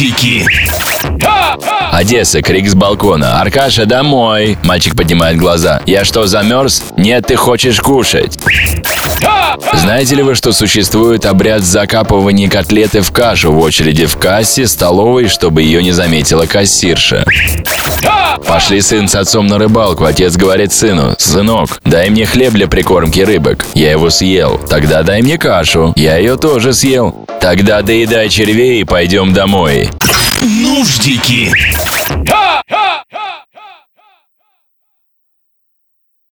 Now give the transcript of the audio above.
Нуждики. Одесса, крик с балкона. «Аркаша, домой!» Мальчик поднимает глаза. «Я что, замерз?» «Нет, ты хочешь кушать». Знаете ли вы, что существует обряд закапывания котлеты в кашу в очереди в кассе столовой, чтобы ее не заметила кассирша? Пошли сын с отцом на рыбалку. Отец говорит сыну: «Сынок, дай мне хлеб для прикормки рыбок». Я его съел. «Тогда дай мне кашу». Я ее тоже съел. «Тогда доедай червей и пойдем домой». Нуждики.